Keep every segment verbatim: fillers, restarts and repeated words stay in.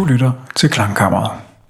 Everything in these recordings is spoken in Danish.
Du lytter til Klangkammeret.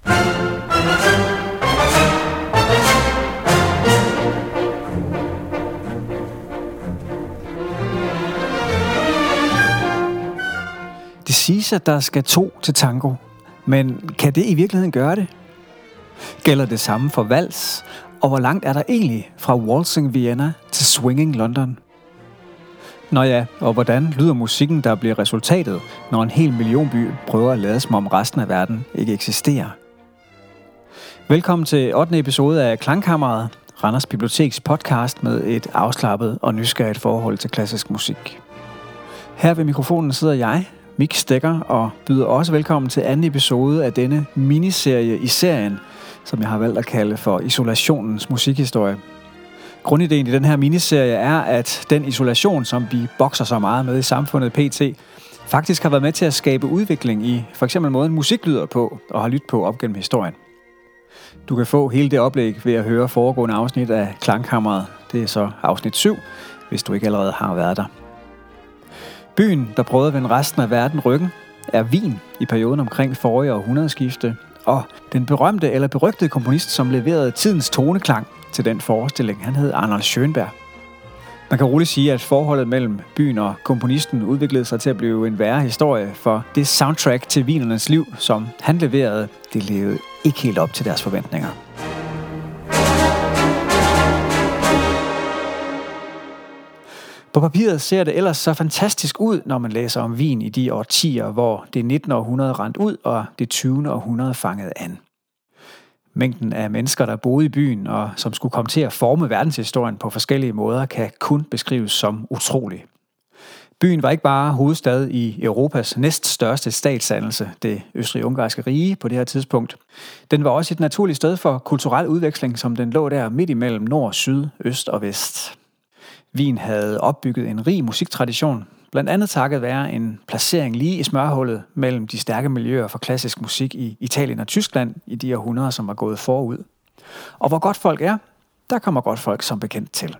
Det siges, at der skal to til tango, men kan det i virkeligheden gøre det? Gælder det samme for vals, og hvor langt er der egentlig fra Waltzing Vienna til Swinging London? Nå ja, og hvordan lyder musikken, der bliver resultatet, når en hel millionby prøver at lade som om resten af verden ikke eksisterer? Velkommen til ottende episode af Klangkammeret, Randers Biblioteks podcast med et afslappet og nysgerrigt forhold til klassisk musik. Her ved mikrofonen sidder jeg, Mik Stegger, og byder også velkommen til anden episode af denne miniserie i serien, som jeg har valgt at kalde for Isolationens musikhistorie. Grundideen i den her miniserie er, at den isolation, som vi bokser så meget med i samfundet pt., faktisk har været med til at skabe udvikling i for eksempel måden musik lyder på og har lyttet på op gennem historien. Du kan få hele det oplæg ved at høre foregående afsnit af Klangkammeret. Det er så afsnit syv, hvis du ikke allerede har været der. Byen, der prøvede at vende resten af verden ryggen, er Wien i perioden omkring forrige århundredeskifte, og den berømte eller berygtede komponist, som leverede tidens toneklang til den forestilling, han hed Arnold Schönberg. Man kan roligt sige, at forholdet mellem byen og komponisten udviklede sig til at blive en værre historie, for det soundtrack til wienernes liv, som han leverede, det levede ikke helt op til deres forventninger. På papiret ser det ellers så fantastisk ud, når man læser om Wien i de årtier, hvor det nittende århundrede rendte ud, og det tyvende århundrede fangede an. Mængden af mennesker, der boede i byen, og som skulle komme til at forme verdenshistorien på forskellige måder, kan kun beskrives som utrolig. Byen var ikke bare hovedstad i Europas næststørste statsdannelse, det østrig-ungarske rige på det her tidspunkt. Den var også et naturligt sted for kulturel udveksling, som den lå der midt imellem nord, syd, øst og vest. Wien havde opbygget en rig musiktradition, blandt andet takket være en placering lige i smørhullet mellem de stærke miljøer for klassisk musik i Italien og Tyskland i de århundreder, som var gået forud. Og hvor godt folk er, der kommer godt folk som bekendt til.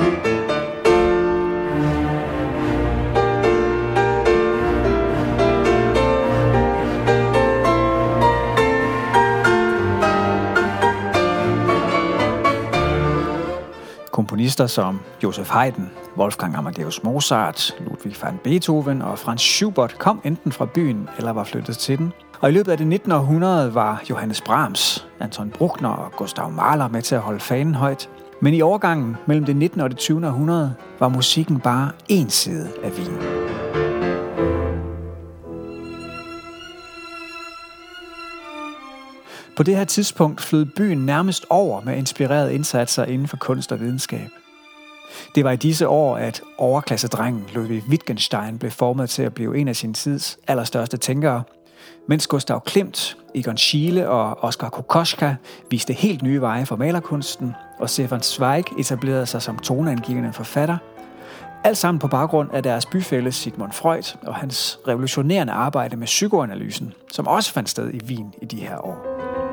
Komponister som Joseph Haydn, Wolfgang Amadeus Mozart, Ludwig van Beethoven og Franz Schubert kom enten fra byen eller var flyttet til den. Og i løbet af det nittende århundrede var Johannes Brahms, Anton Bruckner og Gustav Mahler med til at holde fanen højt. Men i overgangen mellem det nittende og det tyvende århundrede var musikken bare én side af Wien. På det her tidspunkt flød byen nærmest over med inspirerede indsatser inden for kunst og videnskab. Det var i disse år, at overklassedrengen Ludwig Wittgenstein blev formet til at blive en af sin tids allerstørste tænkere, mens Gustav Klimt, Egon Schiele og Oskar Kokoschka viste helt nye veje for malerkunsten, og Stefan Zweig etablerede sig som toneangivende forfatter. Alt sammen på baggrund af deres byfælle Sigmund Freud og hans revolutionerende arbejde med psykoanalysen, som også fandt sted i Wien i de her år.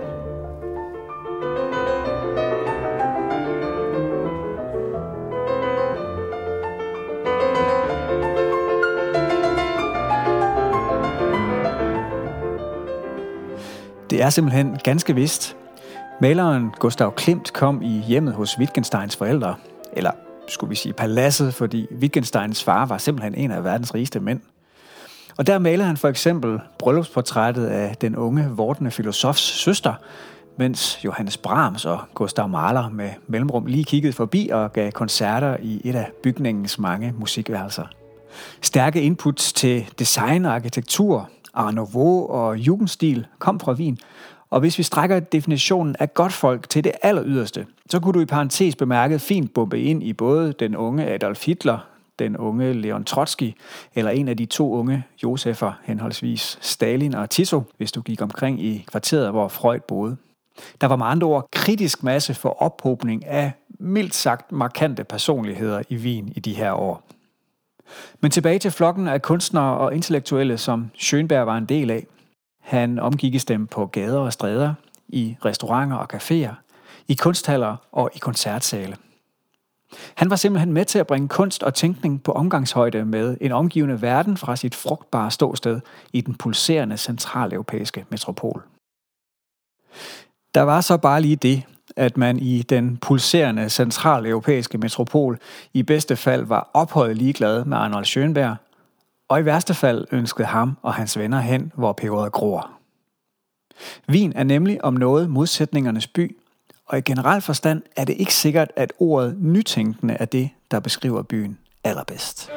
Det er simpelthen ganske vist. Maleren Gustav Klimt kom i hjemmet hos Wittgensteins forældre, eller skulle vi sige paladset, fordi Wittgensteins far var simpelthen en af verdens rigeste mænd. Og der malede han for eksempel bryllupsportrættet af den unge, vordende filosofs søster, mens Johannes Brahms og Gustav Mahler med mellemrum lige kiggede forbi og gav koncerter i et af bygningens mange musikværelser. Stærke inputs til design og arkitektur, Art Nouveau og Jugendstil kom fra Wien, og hvis vi strækker definitionen af godtfolk til det alleryderste, så kunne du i parentes bemærket fint bombe ind i både den unge Adolf Hitler, den unge Leon Trotsky, eller en af de to unge Joseffer, henholdsvis Stalin og Tito, hvis du gik omkring i kvarteret, hvor Freud boede. Der var med andre ord kritisk masse for ophobning af mildt sagt markante personligheder i Wien i de her år. Men tilbage til flokken af kunstnere og intellektuelle, som Schönberg var en del af. Han omgikkes dem på gader og stræder, i restauranter og caféer, i kunsthaller og i koncertsale. Han var simpelthen med til at bringe kunst og tænkning på omgangshøjde med en omgivende verden fra sit frugtbare ståsted i den pulserende centraleuropæiske metropol. Der var så bare lige det, at man i den pulserende centraleuropæiske metropol i bedste fald var ophøjet ligeglad med Arnold Schönberg, og i værste fald ønskede ham og hans venner hen, hvor peberet gror. Wien er nemlig om noget modsætningernes by, og i generel forstand er det ikke sikkert, at ordet nytænkende er det, der beskriver byen allerbedst.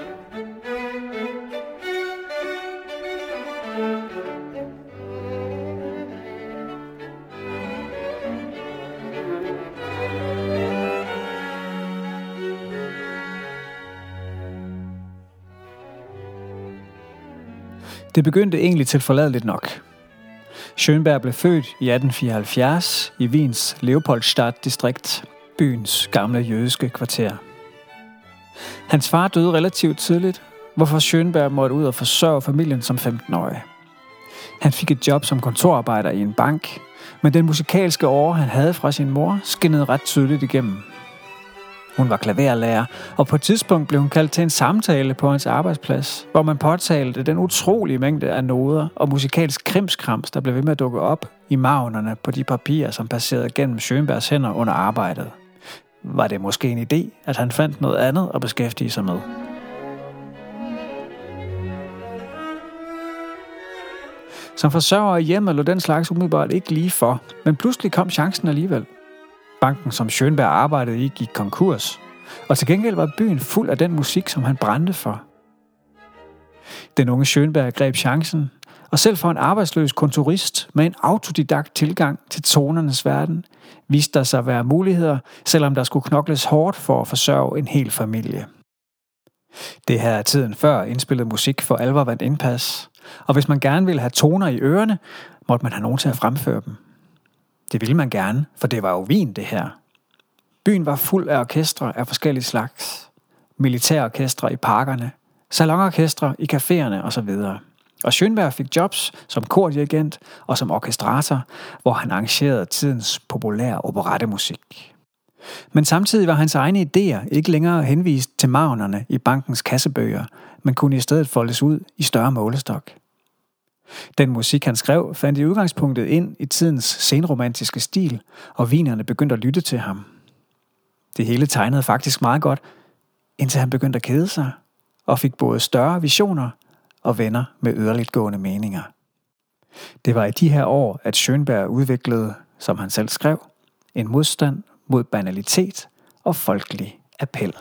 Det begyndte egentlig tilforladeligt nok. Schönberg blev født i atten fireoghalvfjerds i Wiens Leopoldstadt-distrikt, byens gamle jødiske kvarter. Hans far døde relativt tidligt, hvorfor Schönberg måtte ud og forsørge familien som femten-årig. Han fik et job som kontorarbejder i en bank, men den musikalske åre, han havde fra sin mor, skinnede ret tydeligt igennem. Hun var klaverlærer, og på et tidspunkt blev hun kaldt til en samtale på hans arbejdsplads, hvor man påtalte den utrolige mængde af noder og musikalsk krimskrams, der blev ved med at dukke op i marvnerne på de papirer, som passerede gennem Schönbergs hænder under arbejdet. Var det måske en idé, at han fandt noget andet at beskæftige sig med? Som forsørger i hjemmet lå den slags umiddelbart ikke lige for, men pludselig kom chancen alligevel. Banken, som Schönberg arbejdede i, gik konkurs, og til gengæld var byen fuld af den musik, som han brændte for. Den unge Schönberg greb chancen, og selv for en arbejdsløs kontorist med en autodidakt tilgang til tonernes verden, viste der sig at være muligheder, selvom der skulle knokles hårdt for at forsørge en hel familie. Det her er tiden før indspillet musik for alvor vandt indpas, og hvis man gerne ville have toner i ørerne, måtte man have nogen til at fremføre dem. Det ville man gerne, for det var jo Wien, det her. Byen var fuld af orkestre af forskellige slags. Militærorkestre i parkerne, salonorkestre i caféerne osv. Og Schönberg fik jobs som kordirigent og som orkestrator, hvor han arrangerede tidens populære operettemusik. Men samtidig var hans egne idéer ikke længere henvist til marvnerne i bankens kassebøger, men kunne i stedet foldes ud i større målestok. Den musik, han skrev, fandt i udgangspunktet ind i tidens senromantiske stil, og wienerne begyndte at lytte til ham. Det hele tegnede faktisk meget godt, indtil han begyndte at kede sig, og fik både større visioner og venner med yderligtgående meninger. Det var i de her år, at Schönberg udviklede, som han selv skrev, en modstand mod banalitet og folkelig appel.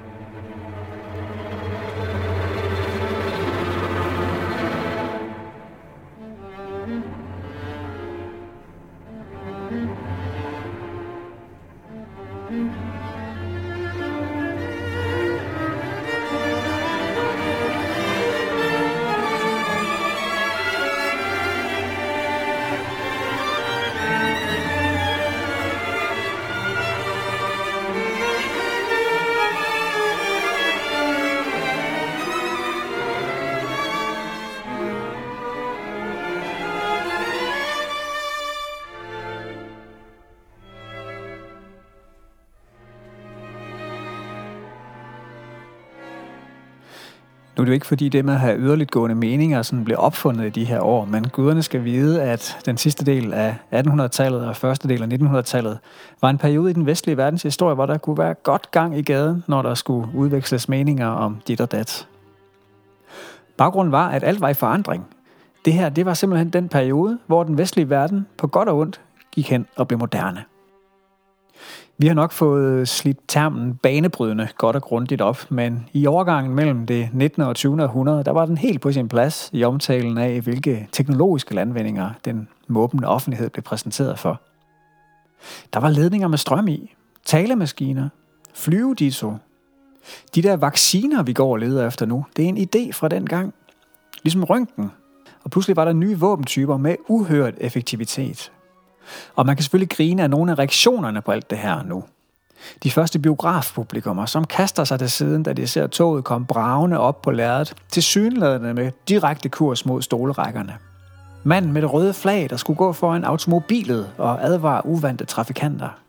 Nu er det jo ikke fordi det med at have yderligtgående meninger sådan blev opfundet i de her år, men guderne skal vide, at den sidste del af attenhundredetallet og første del af nittenhundredetallet var en periode i den vestlige verdens historie, hvor der kunne være godt gang i gaden, når der skulle udveksles meninger om dit og dat. Baggrunden var, at alt var i forandring. Det her, det var simpelthen den periode, hvor den vestlige verden på godt og ondt gik hen og blev moderne. Vi har nok fået slidt termen banebrydende godt og grundigt op, men i overgangen mellem det nittende og tyvende århundrede, der var den helt på sin plads i omtalen af, hvilke teknologiske landvindinger den måbende offentlighed blev præsenteret for. Der var ledninger med strøm i, talemaskiner, flyvedito. De der vacciner, vi går og leder efter nu, det er en idé fra den gang. Ligesom røntgen. Og pludselig var der nye våbentyper med uhørt effektivitet. Og man kan selvfølgelig grine af nogle af reaktionerne på alt det her nu. De første biografpublikummer, som kaster sig til siden, da de ser toget komme bragende op på lærredet, tilsyneladende med direkte kurs mod stolerækkerne. Manden med det røde flag, der skulle gå foran automobilet og advare uvante trafikanter.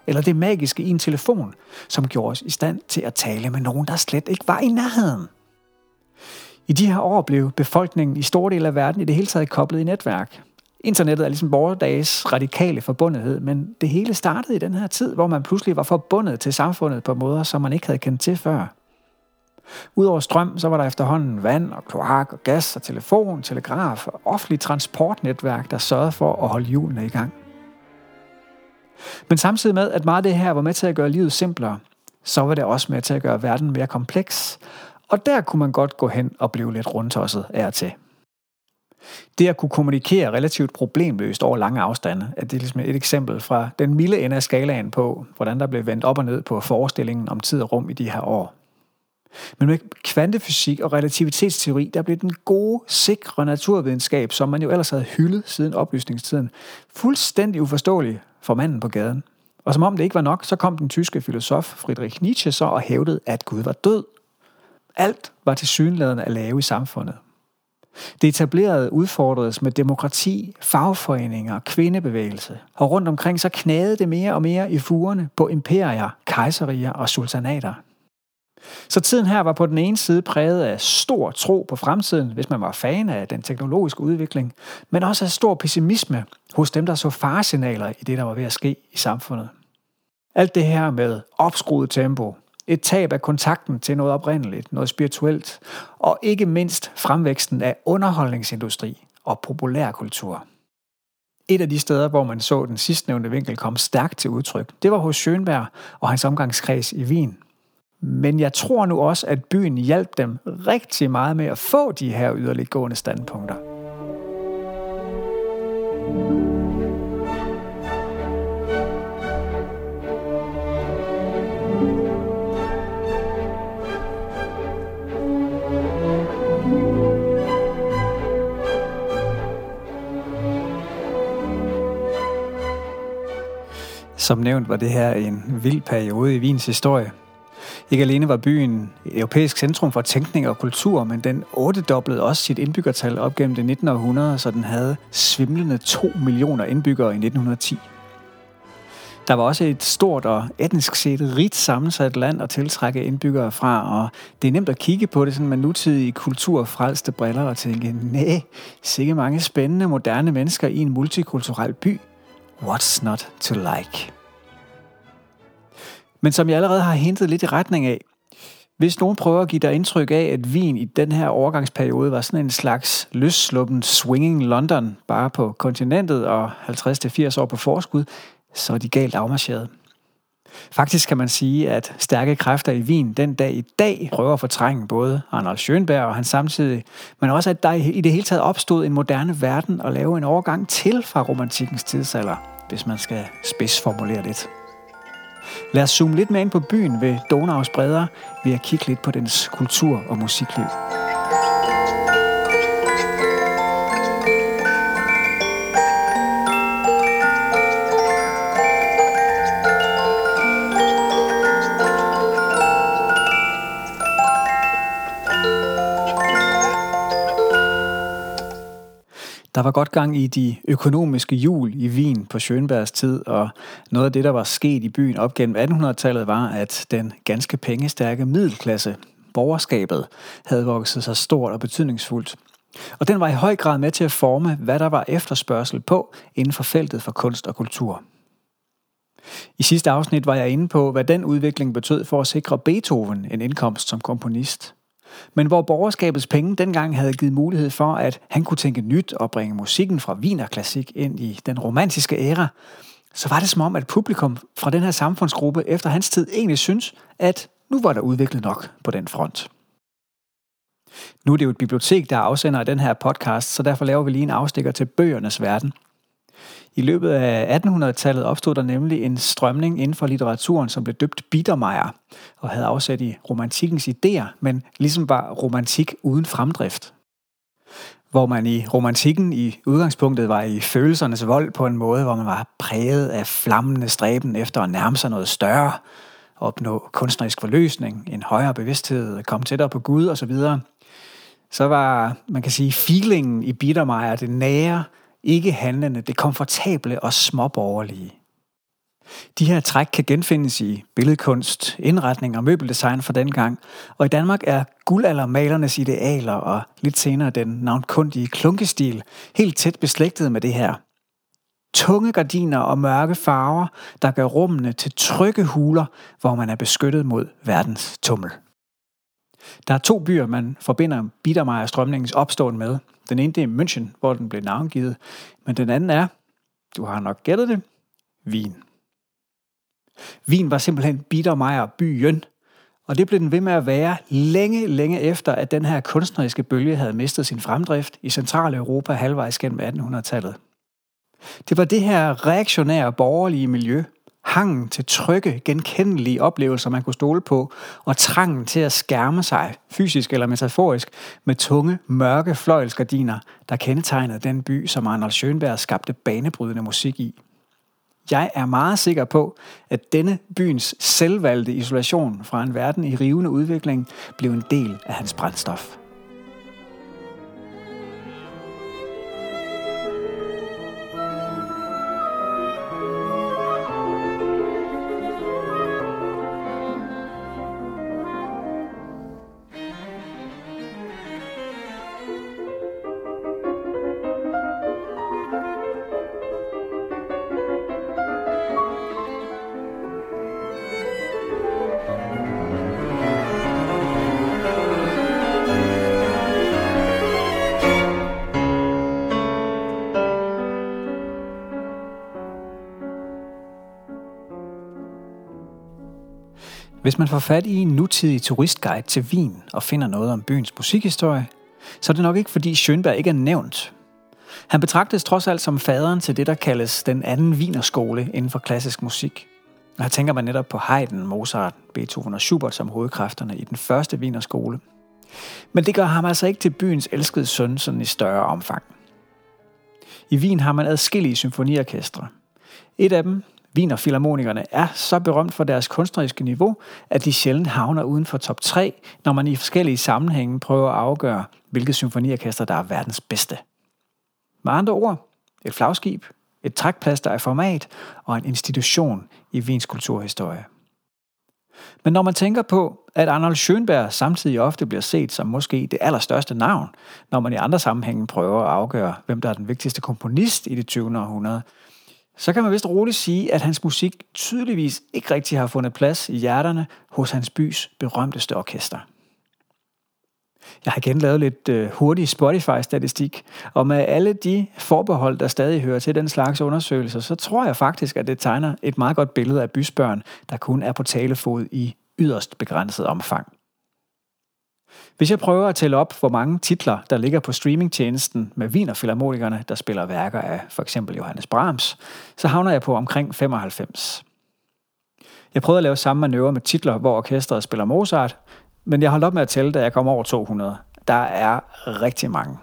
eller det magiske i en telefon, som gjorde os i stand til at tale med nogen, der slet ikke var i nærheden. I de her år blev befolkningen i store dele af verden i det hele taget koblet i netværk. Internettet er ligesom vores dages radikale forbundethed, men det hele startede i den her tid, hvor man pludselig var forbundet til samfundet på måder, som man ikke havde kendt til før. Udover strøm, så var der efterhånden vand og kloak og gas og telefon, telegraf og offentlig transportnetværk, der sørgede for at holde hjulene i gang. Men samtidig med, at meget af det her var med til at gøre livet simplere, så var det også med til at gøre verden mere kompleks, og der kunne man godt gå hen og blive lidt rundtosset af og til. Det at kunne kommunikere relativt problemløst over lange afstande, er det ligesom et eksempel fra den milde ende af skalaen på, hvordan der blev vendt op og ned på forestillingen om tid og rum i de her år. Men med kvantefysik og relativitetsteori, der blev den gode, sikre naturvidenskab, som man jo ellers havde hyldet siden oplysningstiden, fuldstændig uforståelig for manden på gaden. Og som om det ikke var nok, så kom den tyske filosof Friedrich Nietzsche så og hævdede, at Gud var død. Alt var tilsyneladende at lave i samfundet. Det etablerede udfordredes med demokrati, fagforeninger og kvindebevægelse. Og rundt omkring så knagede det mere og mere i fugerne på imperier, kejserier og sultanater. Så tiden her var på den ene side præget af stor tro på fremtiden, hvis man var fan af den teknologiske udvikling, men også af stor pessimisme hos dem, der så faresignaler i det, der var ved at ske i samfundet. Alt det her med opskruet tempo, et tab af kontakten til noget oprindeligt, noget spirituelt, og ikke mindst fremvæksten af underholdningsindustri og populærkultur. Et af de steder, hvor man så den sidstnævnte vinkel komme stærkt til udtryk, det var hos Schönberg og hans omgangskreds i Wien. Men jeg tror nu også, at byen hjalp dem rigtig meget med at få de her yderliggående standpunkter. Som nævnt var det her en vild periode i Wiens historie. Ikke alene var byen et europæisk centrum for tænkning og kultur, men den ottedoblede også sit indbyggertal op gennem det nittende århundrede, så den havde svimlende to millioner indbyggere i nitten ti. Der var også et stort og etnisk set rigt sammensat land at tiltrække indbyggere fra, og det er nemt at kigge på det sådan med nutidige kulturfrelste briller og tænke, næh, sikke mange spændende, moderne mennesker i en multikulturel by. What's not to like? Men som jeg allerede har hentet lidt i retning af, hvis nogen prøver at give dig indtryk af, at Wien i den her overgangsperiode var sådan en slags løssluppen swinging London, bare på kontinentet og halvtreds til firs år på forskud, så er de galt afmarcheret. Faktisk kan man sige, at stærke kræfter i Wien den dag i dag prøver at fortrænge både Arnold Schönberg og hans samtidig, men også at der i det hele taget opstod en moderne verden og lave en overgang til fra romantikkens tidsalder, hvis man skal spidsformulere lidt. Lad os zoome lidt mere ind på byen ved Donaus bredder ved at kigge lidt på dens kultur og musikliv. Der var godt gang i de økonomiske hjul i Wien på Schönbergs tid, og noget af det, der var sket i byen op gennem attenhundredetallet, var, at den ganske pengestærke middelklasse, borgerskabet, havde vokset sig stort og betydningsfuldt. Og den var i høj grad med til at forme, hvad der var efterspørgsel på inden for feltet for kunst og kultur. I sidste afsnit var jeg inde på, hvad den udvikling betød for at sikre Beethoven en indkomst som komponist. Men hvor borgerskabets penge dengang havde givet mulighed for, at han kunne tænke nyt og bringe musikken fra wienerklassik ind i den romantiske æra, så var det som om, at publikum fra den her samfundsgruppe efter hans tid egentlig syntes, at nu var der udviklet nok på den front. Nu er det jo et bibliotek, der afsender af den her podcast, så derfor laver vi lige en afstikker til bøgernes verden. I løbet af attenhundredetallet opstod der nemlig en strømning inden for litteraturen, som blev døbt Biedermeier, og havde afsat i romantikkens idéer, men ligesom var romantik uden fremdrift. Hvor man i romantikken i udgangspunktet var i følelsernes vold på en måde, hvor man var præget af flammende stræben efter at nærme sig noget større, opnå kunstnerisk forløsning, en højere bevidsthed, komme tættere på Gud osv. Så var, man kan sige, feelingen i Biedermeier det nære, ikke handlende, det komfortable og småborgerlige. De her træk kan genfindes i billedkunst, indretning og møbeldesign fra dengang, og i Danmark er guldaldermalernes idealer og lidt senere den navnkundige klunkestil helt tæt beslægtet med det her. Tunge gardiner og mørke farver, der gør rummene til trygge huler, hvor man er beskyttet mod verdens tummel. Der er to byer, man forbinder Biedermeier-strømningens opståen med. Den ene det er München, hvor den blev navngivet, men den anden er, du har nok gættet det, Wien. Wien var simpelthen Biedermeier-byen, og det blev den ved med at være længe, længe efter, at den her kunstneriske bølge havde mistet sin fremdrift i Centraleuropa halvvejs gennem attenhundredetallet. Det var det her reaktionære borgerlige miljø, hangen til trygge, genkendelige oplevelser, man kunne stole på, og trangen til at skærme sig, fysisk eller metaforisk, med tunge, mørke fløjelsgardiner, der kendetegnede den by, som Arnold Schönberg skabte banebrydende musik i. Jeg er meget sikker på, at denne byens selvvalgte isolation fra en verden i rivende udvikling blev en del af hans brændstof. Hvis man får fat i en nutidig turistguide til Wien og finder noget om byens musikhistorie, så er det nok ikke fordi Schönberg ikke er nævnt. Han betragtes trods alt som faderen til det, der kaldes den anden Wienerskole inden for klassisk musik. Og her tænker man netop på Haydn, Mozart, Beethoven og Schubert som hovedkræfterne i den første Wienerskole. Men det gør ham altså ikke til byens elskede søn sådan i større omfang. I Wien har man adskillige symfoniorkestre. Et af dem, Wienerfilharmonikerne, er så berømt for deres kunstneriske niveau, at de sjældent havner uden for top tre, når man i forskellige sammenhænge prøver at afgøre, hvilket symfoniorkester, der er verdens bedste. Med andre ord, et flagskib, et trækplaster af format og en institution i Wiens kulturhistorie. Men når man tænker på, at Arnold Schönberg samtidig ofte bliver set som måske det allerstørste navn, når man i andre sammenhænge prøver at afgøre, hvem der er den vigtigste komponist i det tyvende århundrede, så kan man vist roligt sige, at hans musik tydeligvis ikke rigtig har fundet plads i hjerterne hos hans bys berømteste orkester. Jeg har igen lavet lidt øh, hurtig Spotify-statistik, og med alle de forbehold, der stadig hører til den slags undersøgelser, så tror jeg faktisk, at det tegner et meget godt billede af bysbørn, der kun er på talefod i yderst begrænset omfang. Hvis jeg prøver at tælle op, hvor mange titler, der ligger på streamingtjenesten med Wienerfilharmonikerne, der spiller værker af for eksempel Johannes Brahms, så havner jeg på omkring femoghalvfems. Jeg prøvede at lave samme manøvre med titler, hvor orkestret spiller Mozart, men jeg holdt op med at tælle, da jeg kom over to hundrede. Der er rigtig mange.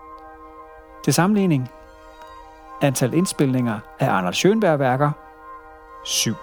Til sammenligning, antal indspilninger af Arnold Schönberg-værker, syv.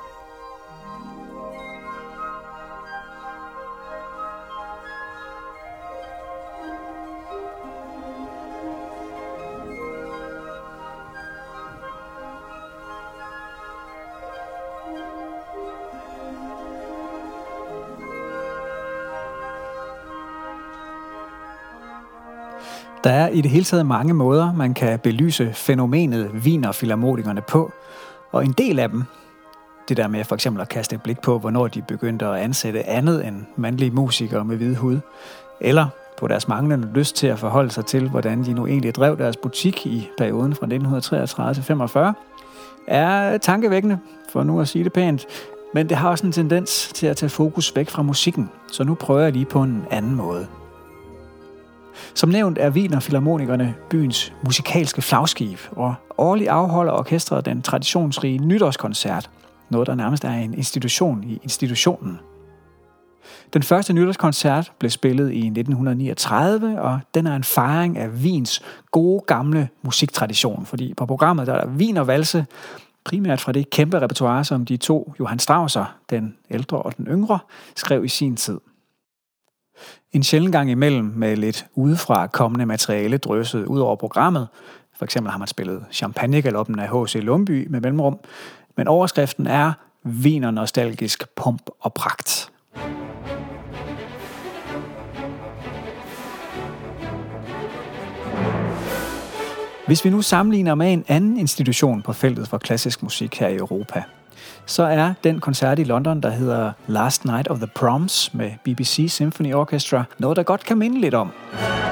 Der er i det hele taget mange måder, man kan belyse fænomenet Wienerfilharmonikerne på, og en del af dem, det der med for eksempel at kaste et blik på, hvornår de begyndte at ansætte andet end mandlige musikere med hvid hud, eller på deres manglende lyst til at forholde sig til, hvordan de nu egentlig drev deres butik i perioden fra nitten treogtredive til femogfyrre, er tankevækkende, for nu at sige det pænt, men det har også en tendens til at tage fokus væk fra musikken, så nu prøver jeg lige på en anden måde. Som nævnt er Wienerfilharmonikerne byens musikalske flagskib, og årligt afholder orkestret den traditionsrige nytårskoncert, noget der nærmest er en institution i institutionen. Den første nytårskoncert blev spillet i nitten niogtredive, og den er en fejring af Wiens gode gamle musiktradition, fordi på programmet der er Wienervalse, primært fra det kæmpe repertoire, som de to Johann Strausser, den ældre og den yngre, skrev i sin tid. En sjælden gang imellem med lidt udefra kommende materiale drysset ud over programmet. For eksempel har man spillet Champagnegaloppen af H C Lumbye med mellemrum. Men overskriften er wienernostalgisk pomp og pragt. Hvis vi nu sammenligner med en anden institution på feltet for klassisk musik her i Europa, så er den koncert i London, der hedder Last Night of the Proms med B B C Symphony Orchestra, noget der godt kan minde lidt om.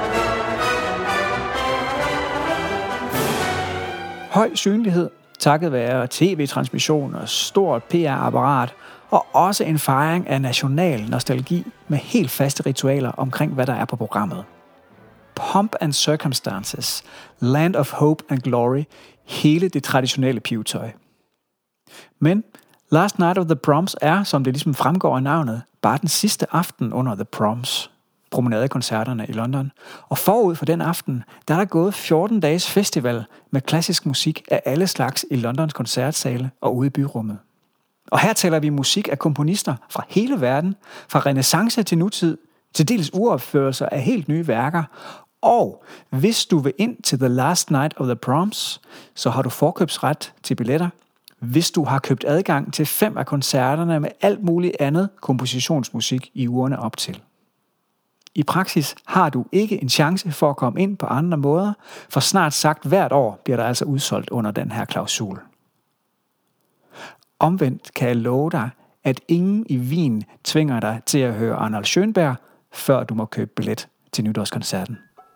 Høj synlighed, takket være tv-transmissioner, stort P R-apparat og også en fejring af national nostalgi med helt faste ritualer omkring, hvad der er på programmet. Pomp and Circumstances, Land of Hope and Glory, hele det traditionelle pivetøj. Men Last Night of the Proms er, som det ligesom fremgår af navnet, bare den sidste aften under The Proms, promenadekoncerterne i London. Og forud for den aften, der er der gået fjorten dages festival med klassisk musik af alle slags i Londons koncertsale og ude i byrummet. Og her taler vi musik af komponister fra hele verden, fra renæssance til nutid, til dels uropførelser af helt nye værker. Og hvis du vil ind til The Last Night of the Proms, så har du forkøbsret til billetter, hvis du har købt adgang til fem af koncerterne med alt muligt andet kompositionsmusik i ugerne op til. I praksis har du ikke en chance for at komme ind på andre måder, for snart sagt hvert år bliver der altså udsolgt under den her klausul. Omvendt kan jeg love dig, at ingen i Wien tvinger dig til at høre Arnold Schönberg, før du må købe billet til nytårskoncerten.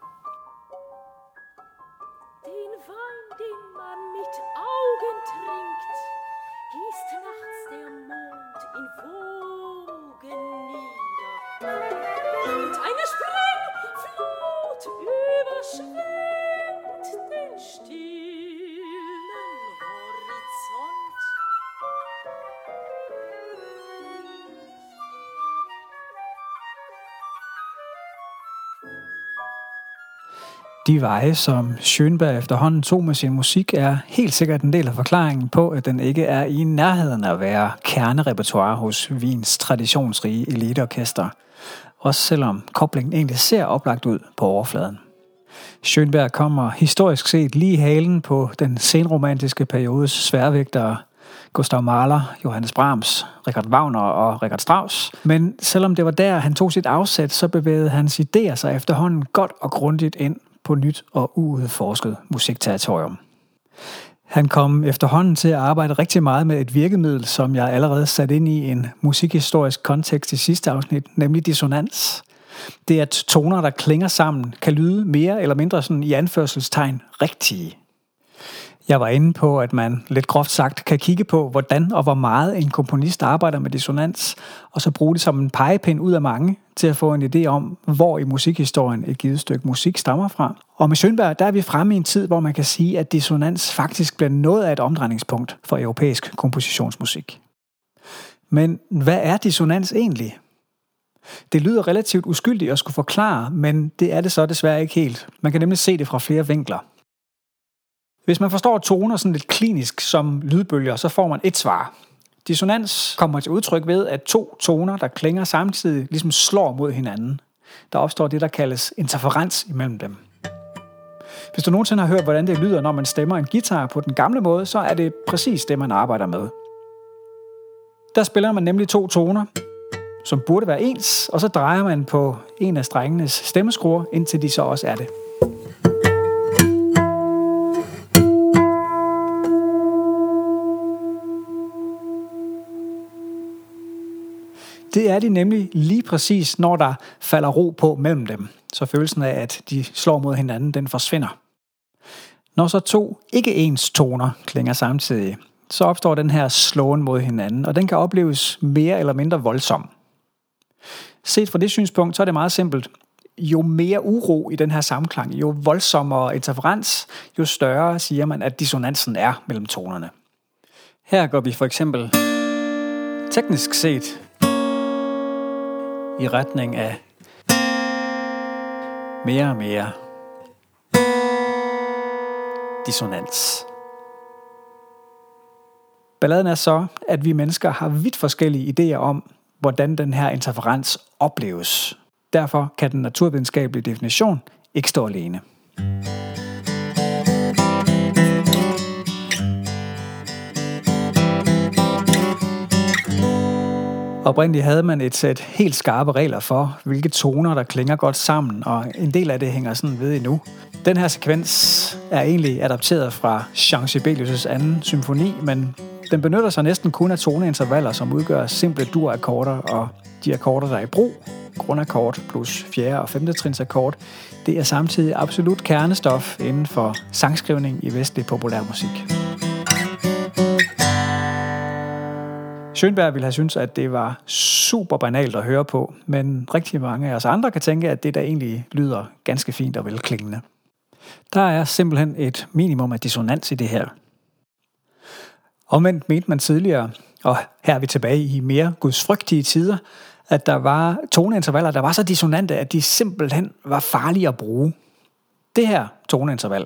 De veje, som Schönberg efterhånden tog med sin musik, er helt sikkert en del af forklaringen på, at den ikke er i nærheden af at være kernerepertoire hos Wiens traditionsrige eliteorkester. Også selvom koblingen egentlig ser oplagt ud på overfladen. Schönberg kommer historisk set lige i halen på den senromantiske periodes sværvægtere Gustav Mahler, Johannes Brahms, Richard Wagner og Richard Strauss. Men selvom det var der, han tog sit afsæt, så bevægede hans idéer sig efterhånden godt og grundigt ind på nyt og uudforsket musikterritorium. Han kom efterhånden til at arbejde rigtig meget med et virkemiddel, som jeg allerede satte ind i en musikhistorisk kontekst i sidste afsnit, nemlig dissonans. Det er, at toner, der klinger sammen, kan lyde mere eller mindre sådan i anførselstegn rigtige. Jeg var inde på, at man lidt groft sagt kan kigge på, hvordan og hvor meget en komponist arbejder med dissonans, og så bruge det som en pegepind ud af mange, til at få en idé om, hvor i musikhistorien et givet stykke musik stammer fra. Og med Schönberg, der er vi fremme i en tid, hvor man kan sige, at dissonans faktisk bliver noget af et omdrejningspunkt for europæisk kompositionsmusik. Men hvad er dissonans egentlig? Det lyder relativt uskyldigt at skulle forklare, men det er det så desværre ikke helt. Man kan nemlig se det fra flere vinkler. Hvis man forstår toner sådan lidt klinisk som lydbølger, så får man et svar. Dissonans kommer til udtryk ved, at to toner, der klinger samtidig, ligesom slår mod hinanden. Der opstår det, der kaldes interferens imellem dem. Hvis du nogensinde har hørt, hvordan det lyder, når man stemmer en guitar på den gamle måde, så er det præcis det, man arbejder med. Der spiller man nemlig to toner, som burde være ens, og så drejer man på en af strengenes stemmeskruer, indtil de så også er det. Det er de nemlig lige præcis, når der falder ro på mellem dem. Så følelsen af, at de slår mod hinanden, den forsvinder. Når så to ikke-ens toner klinger samtidig, så opstår den her slåen mod hinanden, og den kan opleves mere eller mindre voldsom. Set fra det synspunkt, så er det meget simpelt. Jo mere uro i den her samklang, jo voldsommere interferens, jo større siger man, at dissonansen er mellem tonerne. Her går vi for eksempel teknisk set i retning af mere og mere dissonans. Balladen er så, at vi mennesker har vidt forskellige idéer om, hvordan den her interferens opleves. Derfor kan den naturvidenskabelige definition ikke stå alene. Oprindeligt havde man et sæt helt skarpe regler for, hvilke toner, der klinger godt sammen, og en del af det hænger sådan ved endnu. Den her sekvens er egentlig adapteret fra Jean Sibelius' anden symfoni, men den benytter sig næsten kun af toneintervaller, som udgør simple dur-akkorder, og de akkorder, der er i brug, grundakkord plus fjerde og femte trinsakkord, det er samtidig absolut kernestof inden for sangskrivning i vestlig populærmusik. Schönberg ville have syntes, at det var super banalt at høre på, men rigtig mange af os andre kan tænke, at det der egentlig lyder ganske fint og velklingende. Der er simpelthen et minimum af dissonans i det her. Omvendt mente man tidligere, og her er vi tilbage i mere gudsfrygtige tider, at der var toneintervaller, der var så dissonante, at de simpelthen var farlige at bruge. Det her toneinterval,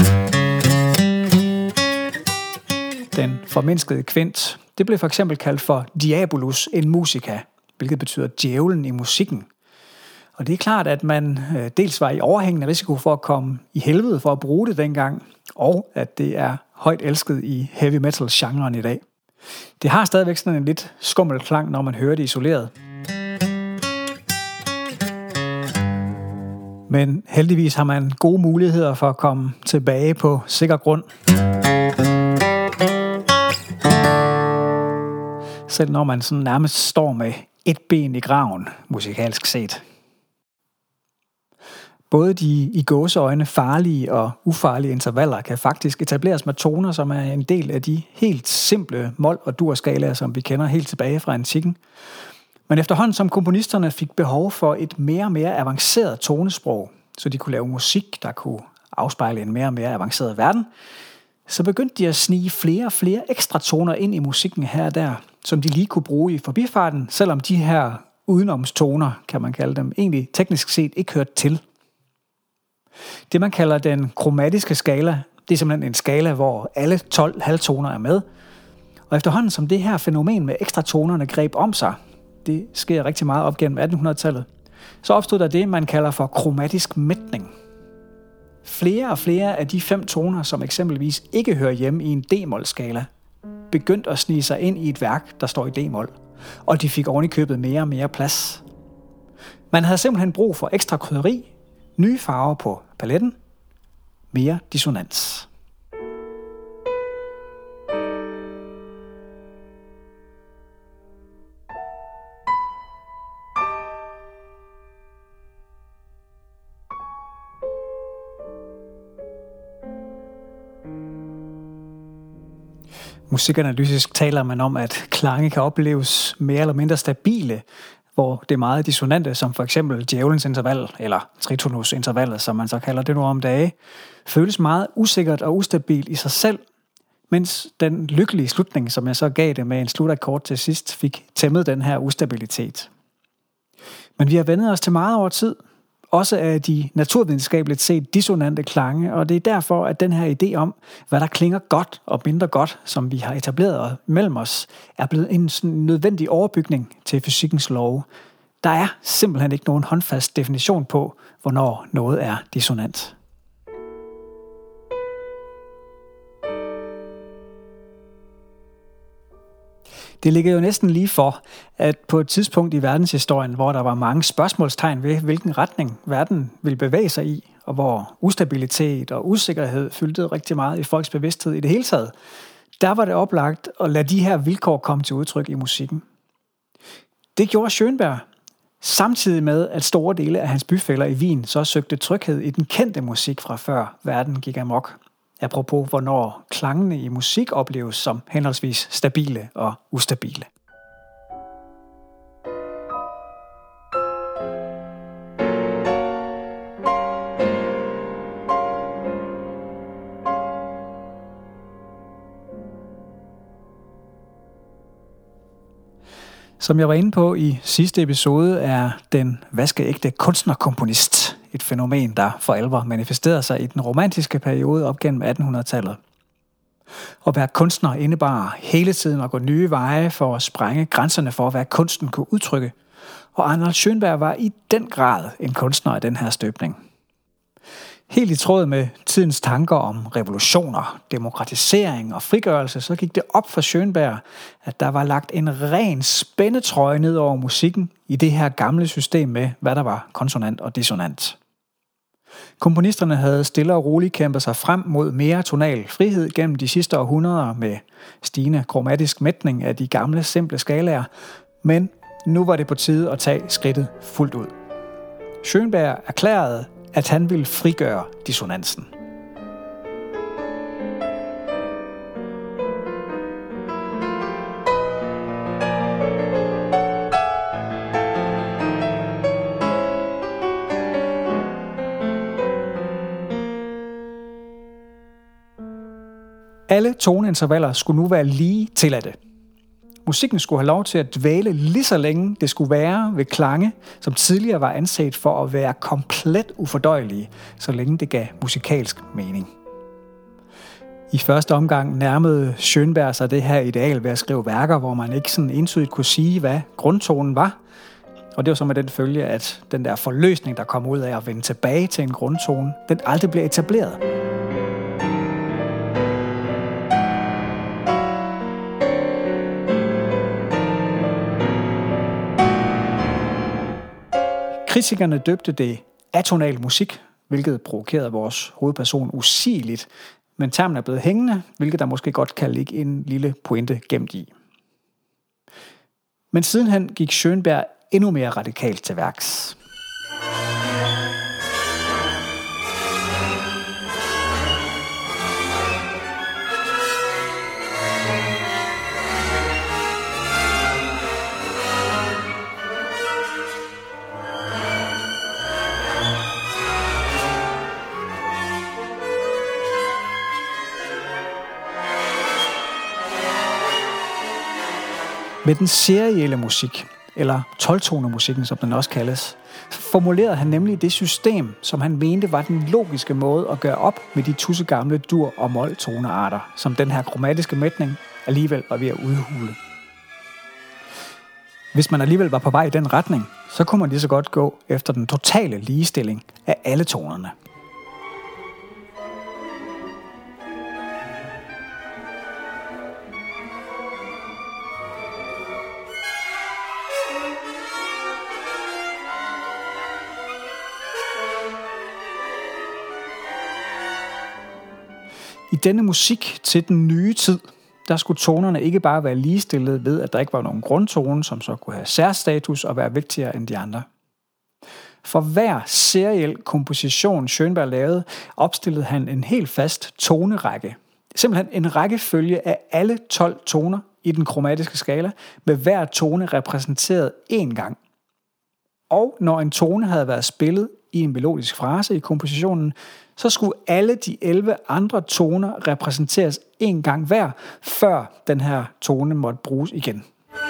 den formindskede kvint, det blev for eksempel kaldt for Diabolus in musica, hvilket betyder djævlen i musikken. Og det er klart, at man dels var i overhængende risiko for at komme i helvede for at bruge det dengang, og at det er højt elsket i heavy metal-genren i dag. Det har stadigvæk sådan en lidt skummel klang, når man hører det isoleret. Men heldigvis har man gode muligheder for at komme tilbage på sikker grund. Selv når man sådan nærmest står med et ben i graven, musikalsk set. Både de i gåseøjne farlige og ufarlige intervaller kan faktisk etableres med toner, som er en del af de helt simple mol- og dur-skalaer, som vi kender helt tilbage fra antikken. Men efterhånden som komponisterne fik behov for et mere og mere avanceret tonesprog, så de kunne lave musik, der kunne afspejle en mere og mere avanceret verden, så begyndte de at snige flere og flere ekstra toner ind i musikken her og der, som de lige kunne bruge i forbifarten, selvom de her udenomstoner, kan man kalde dem, egentlig teknisk set ikke hørte til. Det man kalder den kromatiske skala, det er simpelthen en skala, hvor alle tolv halvtoner er med. Og efterhånden som det her fænomen med ekstra tonerne greb om sig, det sker rigtig meget op gennem attenhundredetallet, så opstod der det, man kalder for kromatisk mætning. Flere og flere af de fem toner, som eksempelvis ikke hører hjemme i en d-mol-skala, begyndte at snige sig ind i et værk, der står i d-mol, og de fik ovenikøbet mere og mere plads. Man havde simpelthen brug for ekstra krydderi, nye farver på paletten, mere dissonans. Musikanalytisk taler man om, at klange kan opleves mere eller mindre stabile, hvor det er meget dissonante, som for eksempel djævelens interval, eller tritonus-intervallet, som man så kalder det nu om dage, føles meget usikkert og ustabil i sig selv, mens den lykkelige slutning, som jeg så gav det med en slutakkord til sidst, fik tæmmet den her ustabilitet. Men vi har vendet os til meget over tid, også af de naturvidenskabeligt set dissonante klange, og det er derfor, at den her idé om, hvad der klinger godt og mindre godt, som vi har etableret mellem os, er blevet en sådan nødvendig overbygning til fysikkens love. Der er simpelthen ikke nogen håndfast definition på, hvornår noget er dissonant. Det ligger jo næsten lige for, at på et tidspunkt i verdenshistorien, hvor der var mange spørgsmålstegn ved, hvilken retning verden ville bevæge sig i, og hvor ustabilitet og usikkerhed fyldte rigtig meget i folks bevidsthed i det hele taget, der var det oplagt at lade de her vilkår komme til udtryk i musikken. Det gjorde Schönberg, samtidig med, at store dele af hans byfæller i Wien så søgte tryghed i den kendte musik fra før verden gik amok. Apropos, hvornår klangene i musik opleves som henholdsvis stabile og ustabile. Som jeg var inde på i sidste episode, er den vaskeægte kunstnerkomponist et fænomen, der for alvor manifesterede sig i den romantiske periode op gennem attenhundredetallet. At være kunstner indebar hele tiden at gå nye veje for at sprænge grænserne for, hvad kunsten kunne udtrykke, og Arnold Schönberg var i den grad en kunstner af den her støbning. Helt i tråd med tidens tanker om revolutioner, demokratisering og frigørelse, så gik det op for Schönberg, at der var lagt en ren spændetrøje ned over musikken i det her gamle system med, hvad der var konsonant og dissonant. Komponisterne havde stille og roligt kæmpet sig frem mod mere tonal frihed gennem de sidste århundreder med stigende kromatisk mætning af de gamle, simple skalaer, men nu var det på tide at tage skridtet fuldt ud. Schönberg erklærede, at han ville frigøre dissonansen. Alle toneintervaller skulle nu være lige tilladte. Musikken skulle have lov til at dvæle lige så længe det skulle være ved klange, som tidligere var anset for at være komplet ufordøjelige, så længe det gav musikalsk mening. I første omgang nærmede Schönberg sig det her ideal ved at skrive værker, hvor man ikke sådan entydigt kunne sige, hvad grundtonen var. Og det var så med den følge, at den der forløsning, der kom ud af at vende tilbage til en grundtone, den aldrig blev etableret. Kritikerne døbte det atonal musik, hvilket provokerede vores hovedperson usigeligt, men termen er blevet hængende, hvilket der måske godt kan ligge en lille pointe gemt i. Men sidenhen gik Schönberg endnu mere radikalt til værks. Med den serielle musik, eller tolv-tonemusikken, som den også kaldes, formulerede han nemlig det system, som han mente var den logiske måde at gøre op med de tussegamle dur- og mol-tonearter, som den her kromatiske mætning alligevel var ved at udhule. Hvis man alligevel var på vej i den retning, så kunne man lige så godt gå efter den totale ligestilling af alle tonerne. I denne musik til den nye tid, der skulle tonerne ikke bare være ligestillede ved, at der ikke var nogen grundtone, som så kunne have særstatus og være vigtigere end de andre. For hver seriel komposition, Schönberg lavede, opstillede han en helt fast tonerække. Simpelthen en rækkefølge af alle tolv toner i den kromatiske skala, med hver tone repræsenteret én gang. Og når en tone havde været spillet i en melodisk frase i kompositionen, så skulle alle de elleve andre toner repræsenteres en gang hver, før den her tone måtte bruges igen.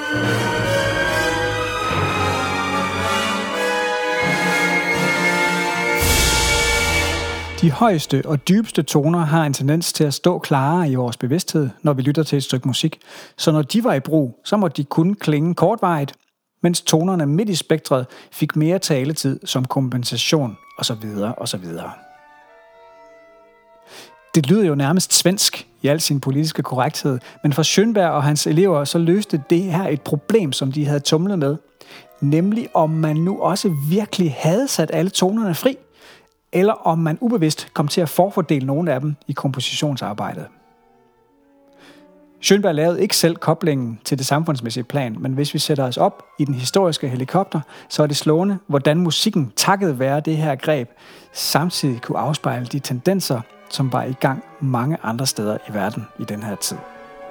De højeste og dybeste toner har en tendens til at stå klarere i vores bevidsthed, når vi lytter til et stykke musik. Så når de var i brug, så måtte de kun klinge kortvarigt, mens tonerne midt i spektret fik mere taletid som kompensation osv. osv. Det lyder jo nærmest svensk i al sin politiske korrekthed, men for Schönberg og hans elever så løste det her et problem, som de havde tumlet med. Nemlig om man nu også virkelig havde sat alle tonerne fri, eller om man ubevidst kom til at forfordele nogle af dem i kompositionsarbejdet. Schönberg lavede ikke selv koblingen til det samfundsmæssige plan, men hvis vi sætter os op i den historiske helikopter, så er det slående, hvordan musikken takket være det her greb samtidig kunne afspejle de tendenser, som var i gang mange andre steder i verden i den her tid.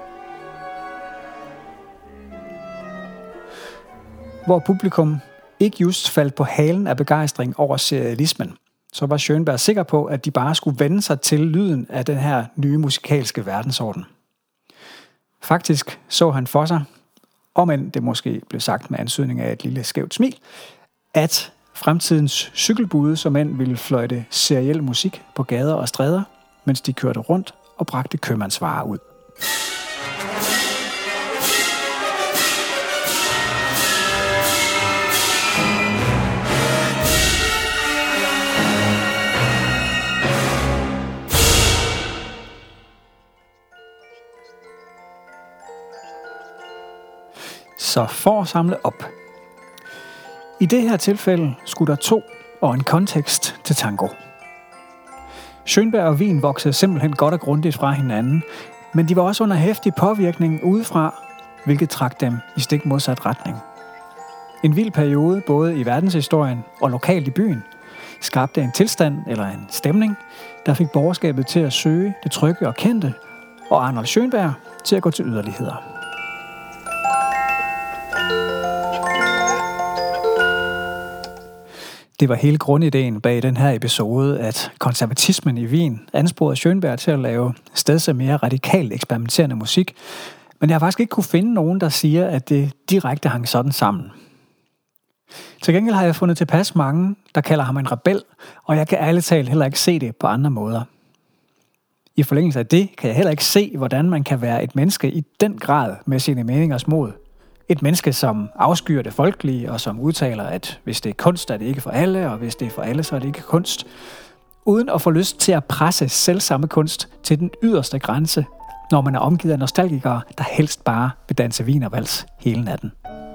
Hvor publikum ikke just faldt på halen af begejstring over serialismen, så var Schönberg sikker på, at de bare skulle vende sig til lyden af den her nye musikalske verdensorden. Faktisk så han for sig, om end det måske blev sagt med ansøgning af et lille skævt smil, at fremtidens cykelbude som end ville fløjte seriel musik på gader og stræder, mens de kørte rundt og bragte købmandsvarer ud. Så for at samle op. I det her tilfælde skulle der to og en kontekst til tango. Schönberg og Wien voksede simpelthen godt og grundigt fra hinanden, men de var også under heftig påvirkning udefra, hvilket trak dem i stik modsat retning. En vild periode både i verdenshistorien og lokalt i byen skabte en tilstand eller en stemning, der fik borgerskabet til at søge det trygge og kendte, og Arnold Schönberg til at gå til yderligheder. Det var hele grundideen bag den her episode, at konservatismen i Wien ansporede Schönberg til at lave stadig mere radikalt eksperimenterende musik, men jeg har faktisk ikke kunne finde nogen, der siger, at det direkte hang sådan sammen. Til gengæld har jeg fundet tilpas mange, der kalder ham en rebel, og jeg kan ærligt talt heller ikke se det på andre måder. I forlængelse af det kan jeg heller ikke se, hvordan man kan være et menneske i den grad med sine meningers mod. Et menneske, som afskyer det folkelige, og som udtaler, at hvis det er kunst, er det ikke for alle, og hvis det er for alle, så er det ikke kunst. Uden at få lyst til at presse selvsamme kunst til den yderste grænse, når man er omgivet af nostalgikere, der helst bare vil danse wienervals hele natten.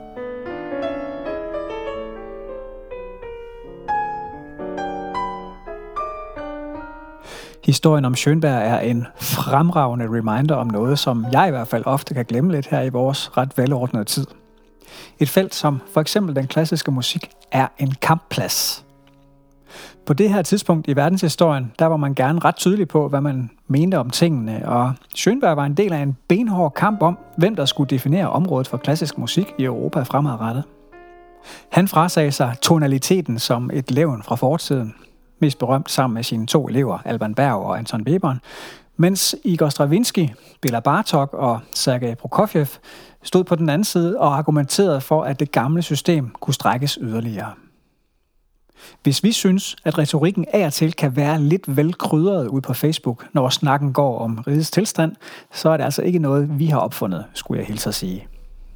Historien om Schönberg er en fremragende reminder om noget, som jeg i hvert fald ofte kan glemme lidt her i vores ret velordnede tid. Et felt som for eksempel den klassiske musik er en kampplads. På det her tidspunkt i verdenshistorien, der var man gerne ret tydelig på, hvad man mente om tingene, og Schönberg var en del af en benhård kamp om, hvem der skulle definere området for klassisk musik i Europa fremadrettet. Han frasagde sig tonaliteten som et levn fra fortiden, mest berømt sammen med sine to elever, Alban Berg og Anton Webern, mens Igor Stravinsky, Bela Bartok og Sergej Prokofjev stod på den anden side og argumenterede for, at det gamle system kunne strækkes yderligere. Hvis vi synes, at retorikken af og til kan være lidt vel krydret ud på Facebook, når snakken går om rigets tilstand, så er det altså ikke noget, vi har opfundet, skulle jeg hilse at sige.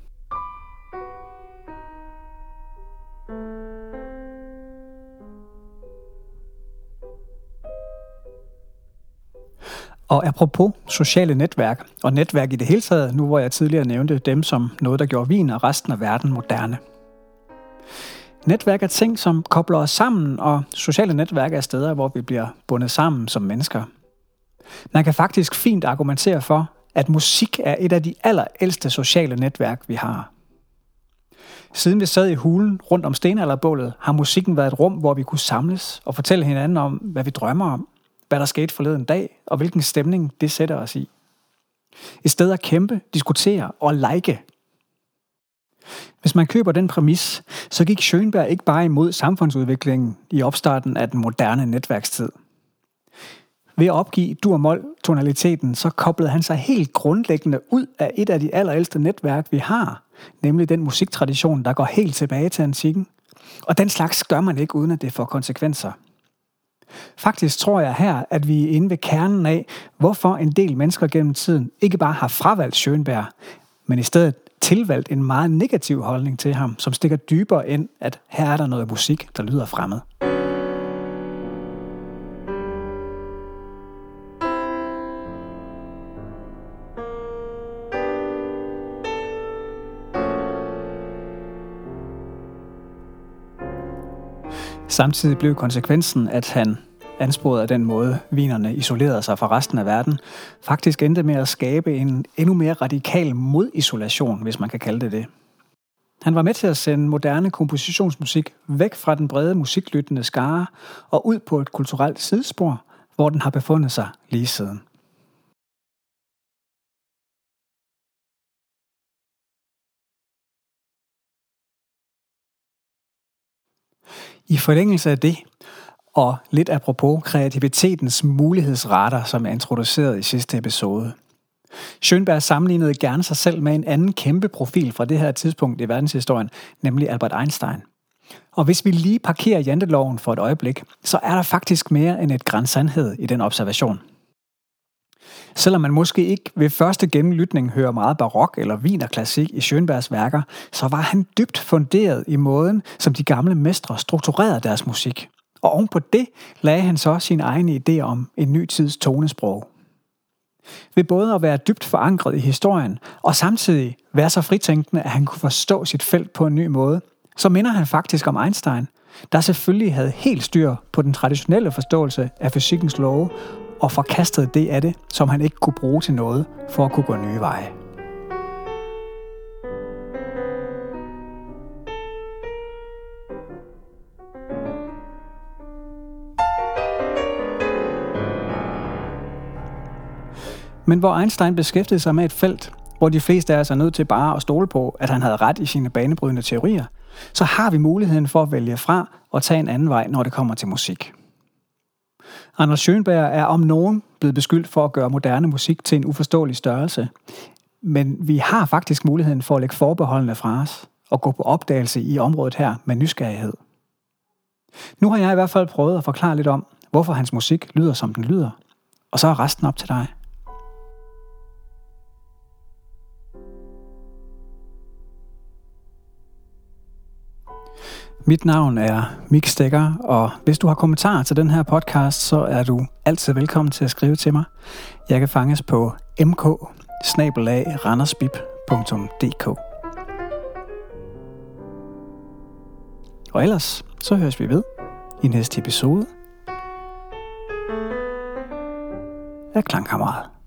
Og apropos sociale netværk, og netværk i det hele taget, nu hvor jeg tidligere nævnte dem som noget, der gjorde Wien og resten af verden moderne. Netværk er ting, som kobler os sammen, og sociale netværk er steder, hvor vi bliver bundet sammen som mennesker. Man kan faktisk fint argumentere for, at musik er et af de allerældste sociale netværk, vi har. Siden vi sad i hulen rundt om stenalderbålet, har musikken været et rum, hvor vi kunne samles og fortælle hinanden om, hvad vi drømmer om, hvad der skete forleden dag, og hvilken stemning det sætter os i. Et sted at kæmpe, diskutere og like. Hvis man køber den præmis, så gik Schönberg ikke bare imod samfundsudviklingen i opstarten af den moderne netværkstid. Ved at opgive dur-mol-tonaliteten, så koblede han sig helt grundlæggende ud af et af de allerældste netværk, vi har, nemlig den musiktradition, der går helt tilbage til antikken. Og den slags gør man ikke, uden at det får konsekvenser. Faktisk tror jeg her, at vi er inde ved kernen af, hvorfor en del mennesker gennem tiden ikke bare har fravalgt Schönberg, men i stedet tilvalgt en meget negativ holdning til ham, som stikker dybere ind, at her er der noget musik, der lyder fremmed. Samtidig blev konsekvensen, at han, ansporet af den måde, wienerne isolerede sig fra resten af verden, faktisk endte med at skabe en endnu mere radikal modisolation, hvis man kan kalde det det. Han var med til at sende moderne kompositionsmusik væk fra den brede musiklyttende skare og ud på et kulturelt sidespor, hvor den har befundet sig lige siden. I forlængelse af det, og lidt apropos kreativitetens mulighedsrater, som er introduceret i sidste episode. Schönberg sammenlignede gerne sig selv med en anden kæmpe profil fra det her tidspunkt i verdenshistorien, nemlig Albert Einstein. Og hvis vi lige parkerer janteloven for et øjeblik, så er der faktisk mere end et gran sandhed i den observation. Selvom man måske ikke ved første gennemlytning hører meget barok eller wienerklassik i Schönbergs værker, så var han dybt funderet i måden, som de gamle mestre strukturerede deres musik. Og ovenpå det lagde han så sin egen idé om en ny tids tonesprog. Ved både at være dybt forankret i historien, og samtidig være så fritænkende, at han kunne forstå sit felt på en ny måde, så minder han faktisk om Einstein, der selvfølgelig havde helt styr på den traditionelle forståelse af fysikkens love, og forkastede det af det, som han ikke kunne bruge til noget for at kunne gå nye veje. Men hvor Einstein beskæftigede sig med et felt, hvor de fleste af os er nødt til bare at stole på, at han havde ret i sine banebrydende teorier, så har vi muligheden for at vælge fra og tage en anden vej, når det kommer til musik. Anders Schönberg er om nogen blevet beskyldt for at gøre moderne musik til en uforståelig størrelse, men vi har faktisk muligheden for at lægge forbeholdene fra os og gå på opdagelse i området her med nysgerrighed. Nu har jeg i hvert fald prøvet at forklare lidt om, hvorfor hans musik lyder, som den lyder, og så er resten op til dig. Mit navn er Mik Stegger, og hvis du har kommentarer til den her podcast, så er du altid velkommen til at skrive til mig. Jeg kan fanges på m k bindestreg randersbib punktum d k. Og ellers så høres vi ved i næste episode af Klangkammeret.